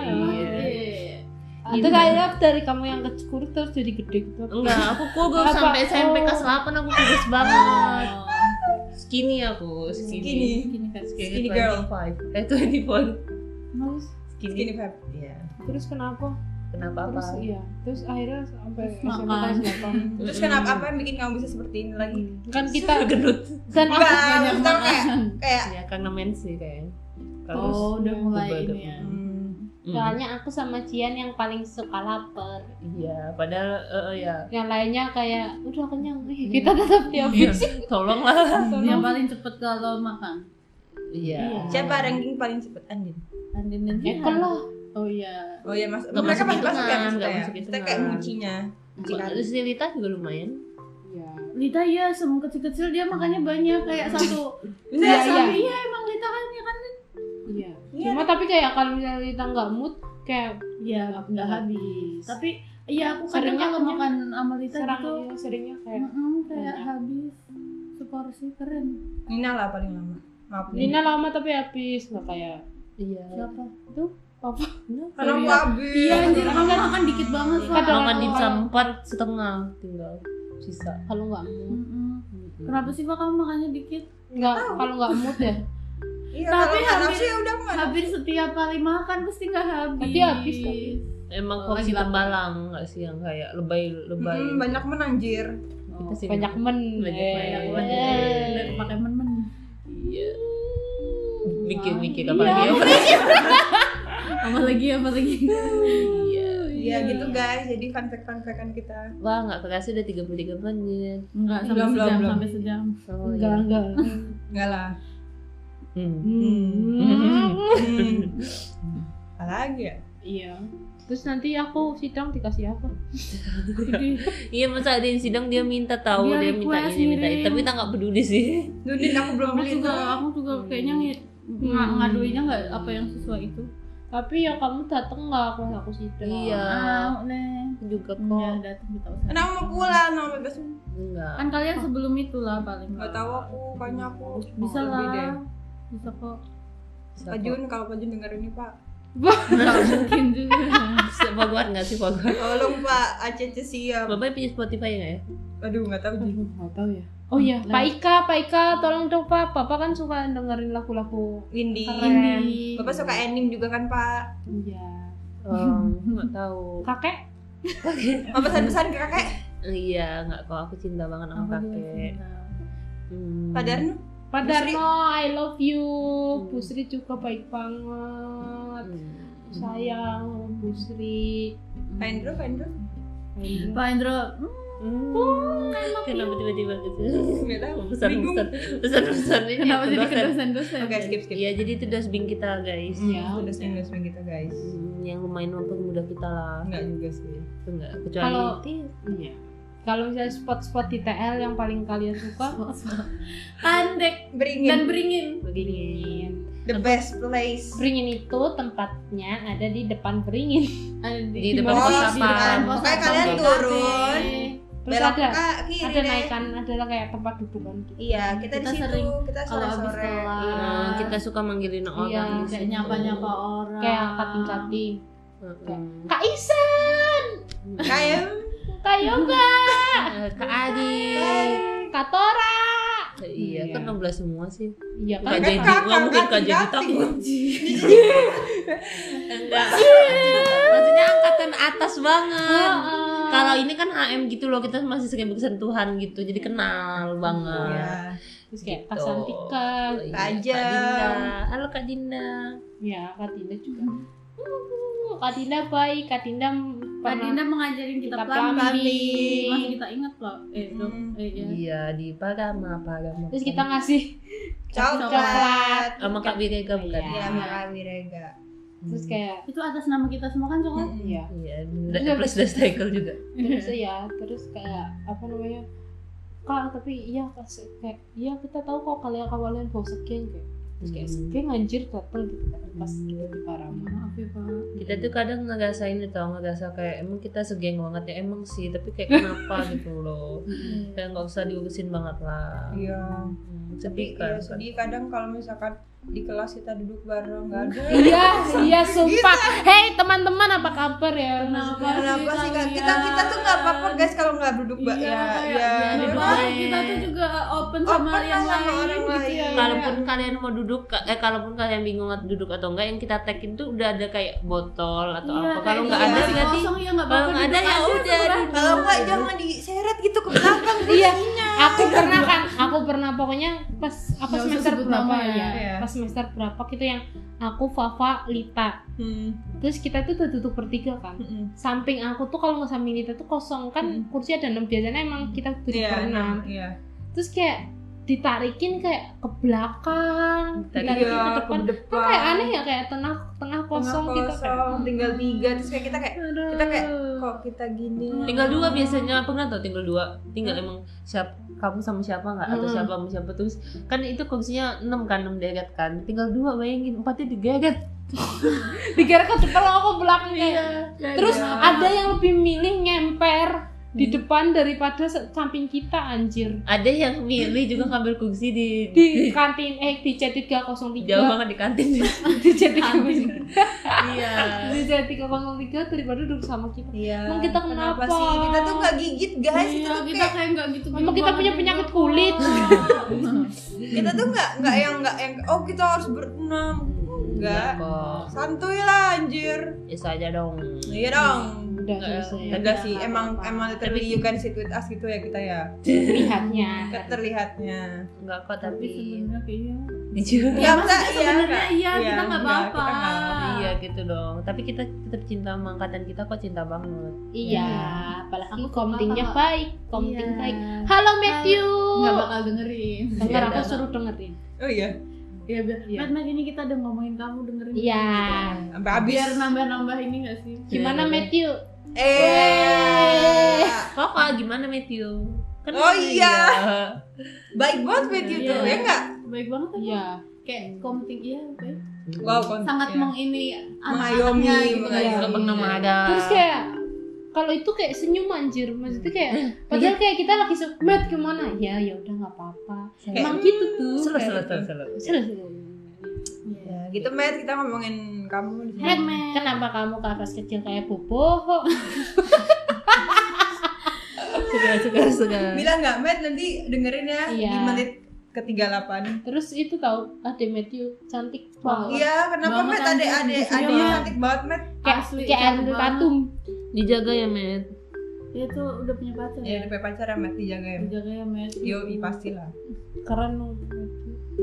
Itu kayak dari kamu yang kecil terus jadi gede gitu. enggak, aku kurus Apa? sampai SMP Oh. kelas 8 aku kurus banget. Skinny aku, Skinny. Gini kan. Skinny girl. 25. 24. Terus, Skinny fat. Iya. terus kenapa? Kenapa apa? Terus iya. Terus akhirnya sampai Terus SMA makan. kelas 8. Terus kenapa apa yang bikin kamu bisa seperti ini lagi? Kan kita gendut. kan aku Enggak, Banyak kita kayak makan. kayak Ya karena mensi kayaknya. Oh, udah mulai Berbagai- ini ya. soalnya aku sama Cian yang paling suka lapar. Iya, padahal ya. Yang lainnya kayak udah kenyang. Kita tetap dihabisin. Tolonglah. Yang paling cepet kalau makan. Iya. siapa ranking paling cepet Andin? Andin dan Jihan. Ekel lah. Oh iya. Oh iya mas, Nggak mereka masuk masih masuk ya hitungan, maksudnya nggak ya? masuk Maksudnya kayak hitungan. mucinya. Terus si Lita juga lumayan. Iya. Lita ya, semua kecil-kecil dia makannya banyak kayak satu. Bisa Iya, ya, iya. Iya emang Lita kan ya kan. Iya. Iya. Cuma tapi kayak kalau misalnya kita nggak mood kayak Iya nggak habis. Tapi iya aku kadang Seringnya kalau kenyang. makan sama Lita serang gitu. iya, seringnya kayak Kayak banyak. habis seporsi keren. Nina lah paling lama. Maaf nih. Nina lama tapi habis nggak kayak Iya. Siapa? itu apa? Karena aku Iya. habis. Iya anjir kamu makan dikit banget Fak. Kadang- Makan dimsum 4,5 tinggal sisa. Kalau nggak mood, Kenapa sih Pak kamu makannya dikit? nggak kalau nggak mood ya. Iya, Tapi kalau nggak hampir- nafsu ya udah nggak Hampir setiap kali makan pasti nggak habis. Pasti habis, tapi. Emang Oh, porsi lagi lapar. tembalang nggak sih yang kayak lebay. banyak menanjir. Kita sih Banyak men. Banyak men. Udah pakai men-men. Iya. Mikir-mikir Iya. apa dia? Apalagi Iya gitu guys. Jadi fun fact-an kita. Wah nggak kerasa udah 33 menit. Enggak Belum, belum. sampai sejam. Oh, Enggak, iya. enggak. Enggak lah. Hmm. Apalagi ya? Iya. Terus nanti aku sidang dikasih apa? Iya masa ada yang sidang dia minta tahu Dia dia minta request ini minta itu ngirim. tapi kita nggak peduli sih. Dudin aku belum beli tuh. Aku juga kayaknya ngaduinnya nggak apa yang sesuai itu. Tapi ya kamu dateng nggak aku sidang? Iya. Mau nih. Aku juga Ya kok datang kita usah. Karena aku mau pulang sama bebas. enggak. Kan kalian sebelum itulah paling. Nggak tahu aku, kayaknya aku Bisa lebih deh. lah. Bisa kok. Pak Jun, kalau Pak Jun denger ini Pak, Nggak mungkin juga. Siapa gua nggak sih Pak? tolong Pak, ACC siap. Bapak punya Spotify nggak ya? Aduh nggak tahu Ji. Nggak tahu ya. Oh iya, Pak Ika, tolong dong Pak. Bapak kan suka dengerin lagu-lagu. Windy. Keren. Bapak suka anime juga kan Pak? Iya. Nggak tahu. Kakek? Mau pesan-pesan ke kakek? Iya nggak kok aku cinta banget sama kakek. Pak Darno? Pak Busri. Darno, I love you. Busri juga baik banget. sayang, Bu Sri. Pak Indro. Pak Indro, Kenapa tiba-tiba gitu? Nggak tahu. Pesan ini kenapa ke jadi dosen. kedosen-dosen? Oke, skip. Iya, jadi itu dustbin kita guys. Iya. Itu dustbin kita guys. Yang lumayan mempermudah kita lah. Enggak juga sih. Itu enggak kecuali Kalau iya. Kalau misalnya spot-spot di TL yang paling kalian suka, Andek Beringin. dan beringin. begini. The best place. Beringin itu tempatnya ada di depan Beringin. Di depan Oh, pos di satpam. depan. Pokoknya kalian turun. Terus Belok ada ke kiri ada deh. naikan, adalah kayak tempat dudukan gitu. Iya, kita di Kita situ. sering Kita kalau habis sore-sore. kelas. Nah, kita suka manggilin orang Iya, di Kayak situ. nyapa-nyapa orang. Kayak kating-kating. Heeh. Kak Isan, Kayak Kak Yoga, Kak Adi. Kak Tora. Iya, kan 16 semua sih. Iya Kak kan? jadi, nggak mungkin Kak jadi takut. Enggak. Maksudnya angkatan atas banget. Kalau ini kan HM gitu loh, kita masih sering bersentuhan gitu, jadi kenal banget. Iya. Terus kayak Kak Gitu. Santika. Iya, Kak Dinda. Ajeng. Halo Kak Dinda. Ya, Kak Dinda juga. Kak Dinda baik, Kak Dinda Kak pernah Dinda mengajarin kita kita plumbing. plumbing. Masih kita ingat loh. Itu. Iya. Iya, di Parama. Terus kita ngasih Coklat. sama Kak Birega bukan? Iya, Mbak Wirega. terus kayak Itu atas nama kita semua kan coklat? iya. Iya, plus Dastakel juga. Terus ya, terus kayak apa namanya? Kak, tapi iya Kak, kayak iya kita tahu kok kalian bawa sekian kayak. Terus kayak sekian anjir datang gitu kan pas kita di Parama. Maaf ya Pak. Kita tuh kadang ngerasain itu, ngerasa kayak emang kita segeng banget ya, emang sih, tapi kayak kenapa gitu loh. Kayak nggak usah diurusin banget lah. Iya. Sedih Iya, kan? sedih kadang kalau misalkan di kelas kita duduk bareng nggak ada. Iya sumpah. Hei teman-teman apa kabar ya? Kenapa sih Kak? Kita tuh nggak apa-apa guys kalau nggak duduk Iya, ya. kayak Ya. di Iya. luar kita tuh juga open sama Open yang sama lain orang gitu lain. ya. Kalaupun kalian mau duduk, kalaupun kalian bingung duduk atau enggak, yang kita tagin tuh udah ada kayak botol atau Iya, apa. Kalau kayak nggak gitu. ada berarti Kosong ya nggak kalau apa-apa. nggak ada duduk ya aja, udah. duduk. Kalau nggak jangan diseret gitu ke belakang. Iya, aku pernah pokoknya pas apa Nggak usah semester sebut berapa nama ya? ya. Iya. Pas semester berapa gitu yang aku Fafa Lita. Terus kita tuh duduk bertiga kan. Samping aku tuh kalau nggak samping Lita tuh kosong kan kursi ada 6 biasanya emang kita duduk berenam. Iya. Terus kayak ditarikin kayak ke belakang, ditarikin Iya, ke depan. ke depan. Kok kayak aneh ya kayak tengah kosong gitu kayak. tinggal 3 terus kayak kita kayak kok kita gini. tinggal 2 biasanya. Pernah tau tinggal 2? Tinggal emang kamu sama siapa nggak atau siapa sama siapa, terus kan itu kursinya 6 kan, 6 deret kan, tinggal 2, bayangin 4-nya digeret. Dikira ke depan aku ke belakang kayak. Terus Iya. ada yang lebih milih ngemper di depan daripada samping kita anjir. Ada yang milih juga ngambil kursi di Di kantin di C303. jauh banget di kantin. Di C303. Iya. Di C303 daripada duduk sama kita. Iya. Emang kita kenapa? sih? Kita tuh nggak gigit guys. Iya, Itu tuh kita kayak kayak nggak gitu. Emang kita punya penyakit kulit. kita tuh nggak yang oh kita harus berenam. Enggak. kok. Santuy lah anjir. Biasa aja dong. Iya dong. Udah Nggak, selesai. Enggak sih, emang literally you can sit with us gitu ya kita ya. Lihatnya. Terlihatnya. Enggak kok, Tapi tapi sebenarnya kayaknya jujur. Ya enggak, sebenarnya iya, kita nggak enggak, apa-apa. kita nggak. Iya gitu dong. Tapi kita tetap cinta sama angkatan kita kok, cinta banget. Iya, apalagi Aku komtingnya suka, baik, komting Iya. baik. Halo Matthew. nggak bakal dengerin. Dengar Iya, aku udah. suruh dengerin. Oh iya. Iya biar. Iya. Matt, ini kita udah ngomongin kamu dengerin. Iya. Sampai habis. Biar nambah-nambah ini nggak sih? Gimana Matthew? Kakak gimana Matthew? Kan Oh namanya iya. dia. Baik banget with you tuh, Iya. ya enggak? Baik banget kan? Iya. Kayak komting iya, baik. Wow, konten, Sangat ya. mengini Mengayomi, anak-anaknya gitu. mengayomi. Iya. Nggak pernah ada. Terus kayak kalau itu kayak senyum anjir, maksudnya kayak padahal kayak kita lagi Matt gimana? Ya udah nggak apa-apa. Emang gitu tuh. Selesai. Selesai. Ya, gitu Matt, kita ngomongin kamu di sini. Matt, kenapa kamu kakak kecil kayak bobo? Sudah. Bilang nggak Matt, nanti dengerin ya Iya. di menit ke-38. Terus itu tahu ada Matthew cantik banget. Iya, kenapa Banget, Matt? anjir. Adek Iya. cantik banget Matt. Kayak Asli, kayak cantik Ariel banget. Tatum. Dijaga ya, Matt. Dia tuh udah punya pacar. Ya, DP pacar ya Matt, dijaga ya. Dijaga ya, Matt. Yoi, pastilah. Keren loh.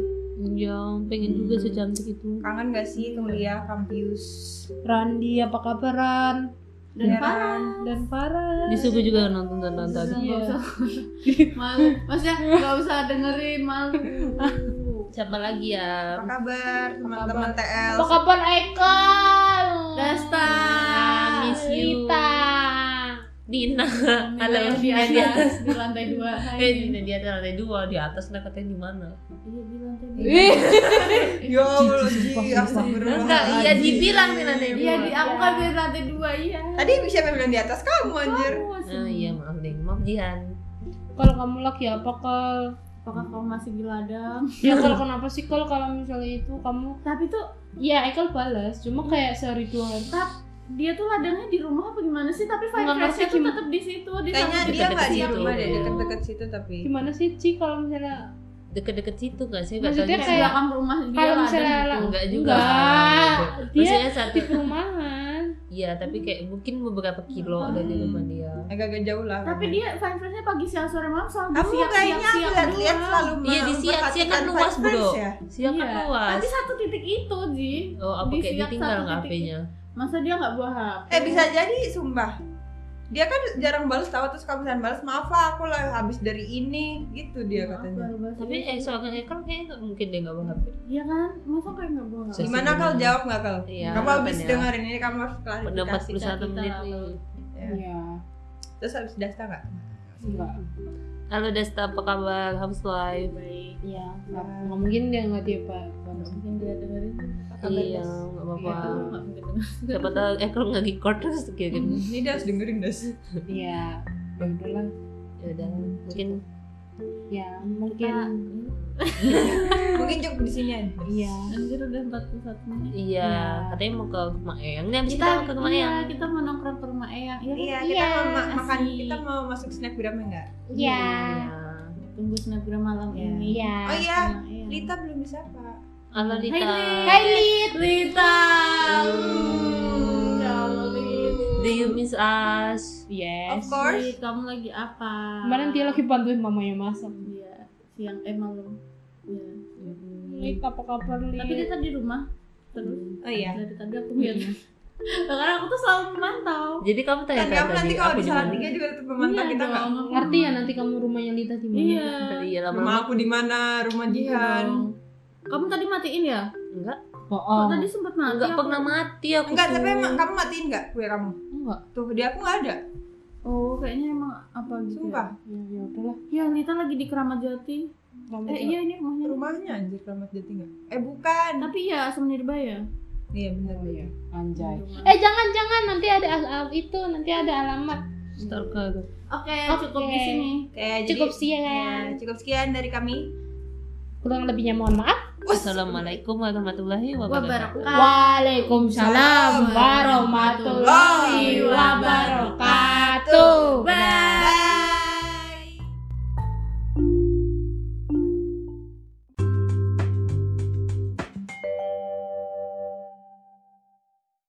Yang pengen juga secantik itu. Kangen gak sih kuliah kampus? Randi apa kabar Ran? Dan Ya, Farah. Dan Farah. Disuka juga nonton tadi. Nggak usah. Malu. Maksudnya nggak usah dengerin, malu. Siapa lagi ya? Apa kabar teman-teman TL? Apa kabar Aikal? Dasta. Miss you. Rita. Dina. Halo, Halo, di Dina di atas, atas. di lantai 2. Dina di atas lantai 2, di atas lah katanya di mana? Iya, di lantai 2. Ya Allah, Ji, astagfirullah. Enggak, iya dibilang di lantai 2. Iya, aku kan di lantai 2, iya. Tadi siapa yang bilang di atas kamu anjir? Iya, maaf deh. Maaf Jihan. Kalau kamu laki apa Kal? Apakah kamu masih di ladang? Ya kalau kenapa sih kalau misalnya itu kamu Tapi tuh ya Aikal balas cuma kayak sehari 2 hari. dia tuh ladangnya di rumah apa gimana sih? Tapi Nggak vibe ngerti tuh gimana. tetap di situ. Dia Kayaknya sampai dia nggak di situ. rumah deh, deket-deket situ tapi. Gimana sih Ci kalau misalnya Deket-deket situ gak sih? Gak tahu Maksudnya juga. kayak belakang rumah dia kalau ladang misalnya gitu. Enggak juga. enggak, dia Maksudnya satu. di perumahan. Iya, tapi kayak mungkin beberapa kilo dari rumah dia. Agak-agak jauh lah. Tapi dia vibe-nya pagi siang sore malam selalu kamu kayaknya aku lihat-lihat selalu Iya, di siang kan luas, memperhatikan Bro. vibes ya. Siang kan Iya. luas. Tapi satu titik itu, Ji. Oh, apa Di kayak siang ditinggal satu nggak titik HP-nya? Masa dia nggak bawa HP? Bisa jadi sumpah. Dia kan jarang balas tahu, terus kalau misalnya balas maaf lah aku lah habis dari ini gitu dia katanya. Tapi soalnya kan kayaknya nggak mungkin dia nggak bawa HP. Iya kan? Masa kayak nggak bawa HP? Saya- Gimana kalau jawab nggak kalau? Iya, Kamu habis kan ya. dengerin ini kamu harus Udah klarifikasi. 41 menit kita nih. Ya. Iya. Terus habis dasta nggak? Enggak. Halo Desta, apa kabar? How's life? Baik. Iya, nggak mungkin dia nggak dia Pak. Mungkin dia dengerin. Iya, nggak apa-apa. Itu nggak mungkin denger. Siapa tahu kalau nggak record terus kayak gitu. Ini dia harus dengerin das. Iya. Ya udahlah. Ya udah, mungkin Ya mungkin Mungkin cukup di sini aja. iya. Anjir udah 41 menit. iya. Iya. Katanya mau ke rumah Eyang. Nih habis kita mau ke rumah Eyang. Kita mau nongkrong ke rumah Eyang. Iya, Iya, kan? kita mau asik. makan, kita mau masuk snapgramnya nggak? Iya. Tunggu snapgram malam Iya. ini. Iya. Oh iya, Sama Eyang. Lita belum disapa. Halo Lita. Hai Lid. Lita. Ya Allah, Lid. Do you miss us? Yes. Of course. Lid, kamu lagi apa? Kemarin dia lagi bantuin mamanya masak. Iya, siang malam. Iya. Lid apa kabar Lid? Tapi dia tadi di rumah terus. Oh iya. Dari tadi aku lihat. Karena aku tuh selalu memantau. Jadi kamu Dan tanya kamu nanti kalau aku di di mana? Salatiga juga tetap memantau Iya kita nggak? dong. Ngerti ya nanti kamu rumahnya Lita di mana? Iya. Iya Rumah lama-lama. aku di mana? Rumah Iya Jihan. dong. Kamu tadi matiin ya? Enggak, Kok Oh, tadi sempat mati? enggak aku? pernah mati aku. Enggak, tuh. tapi emang kamu matiin nggak kue kamu? enggak. Tuh di aku nggak ada. Oh, kayaknya emang apa gitu. Sumpah. Ya udahlah. Ya, Lita lagi di Keramat Jati. Iya ini rumahnya. Rumahnya anjir Kramat Jati nggak? Bukan. Tapi ya asam Nirbaya. Iya benar. Oh iya, anjay. Rumah. Jangan nanti ada itu, nanti ada alamat. Stalker. Oke, Oke. cukup di sini. Cukup Ya, sekian. cukup sekian dari kami. Kurang lebihnya mohon maaf. Assalamualaikum warahmatullahi wabarakatuh. Wabarakatuh. Waalaikumsalam warahmatullahi wabarakatuh.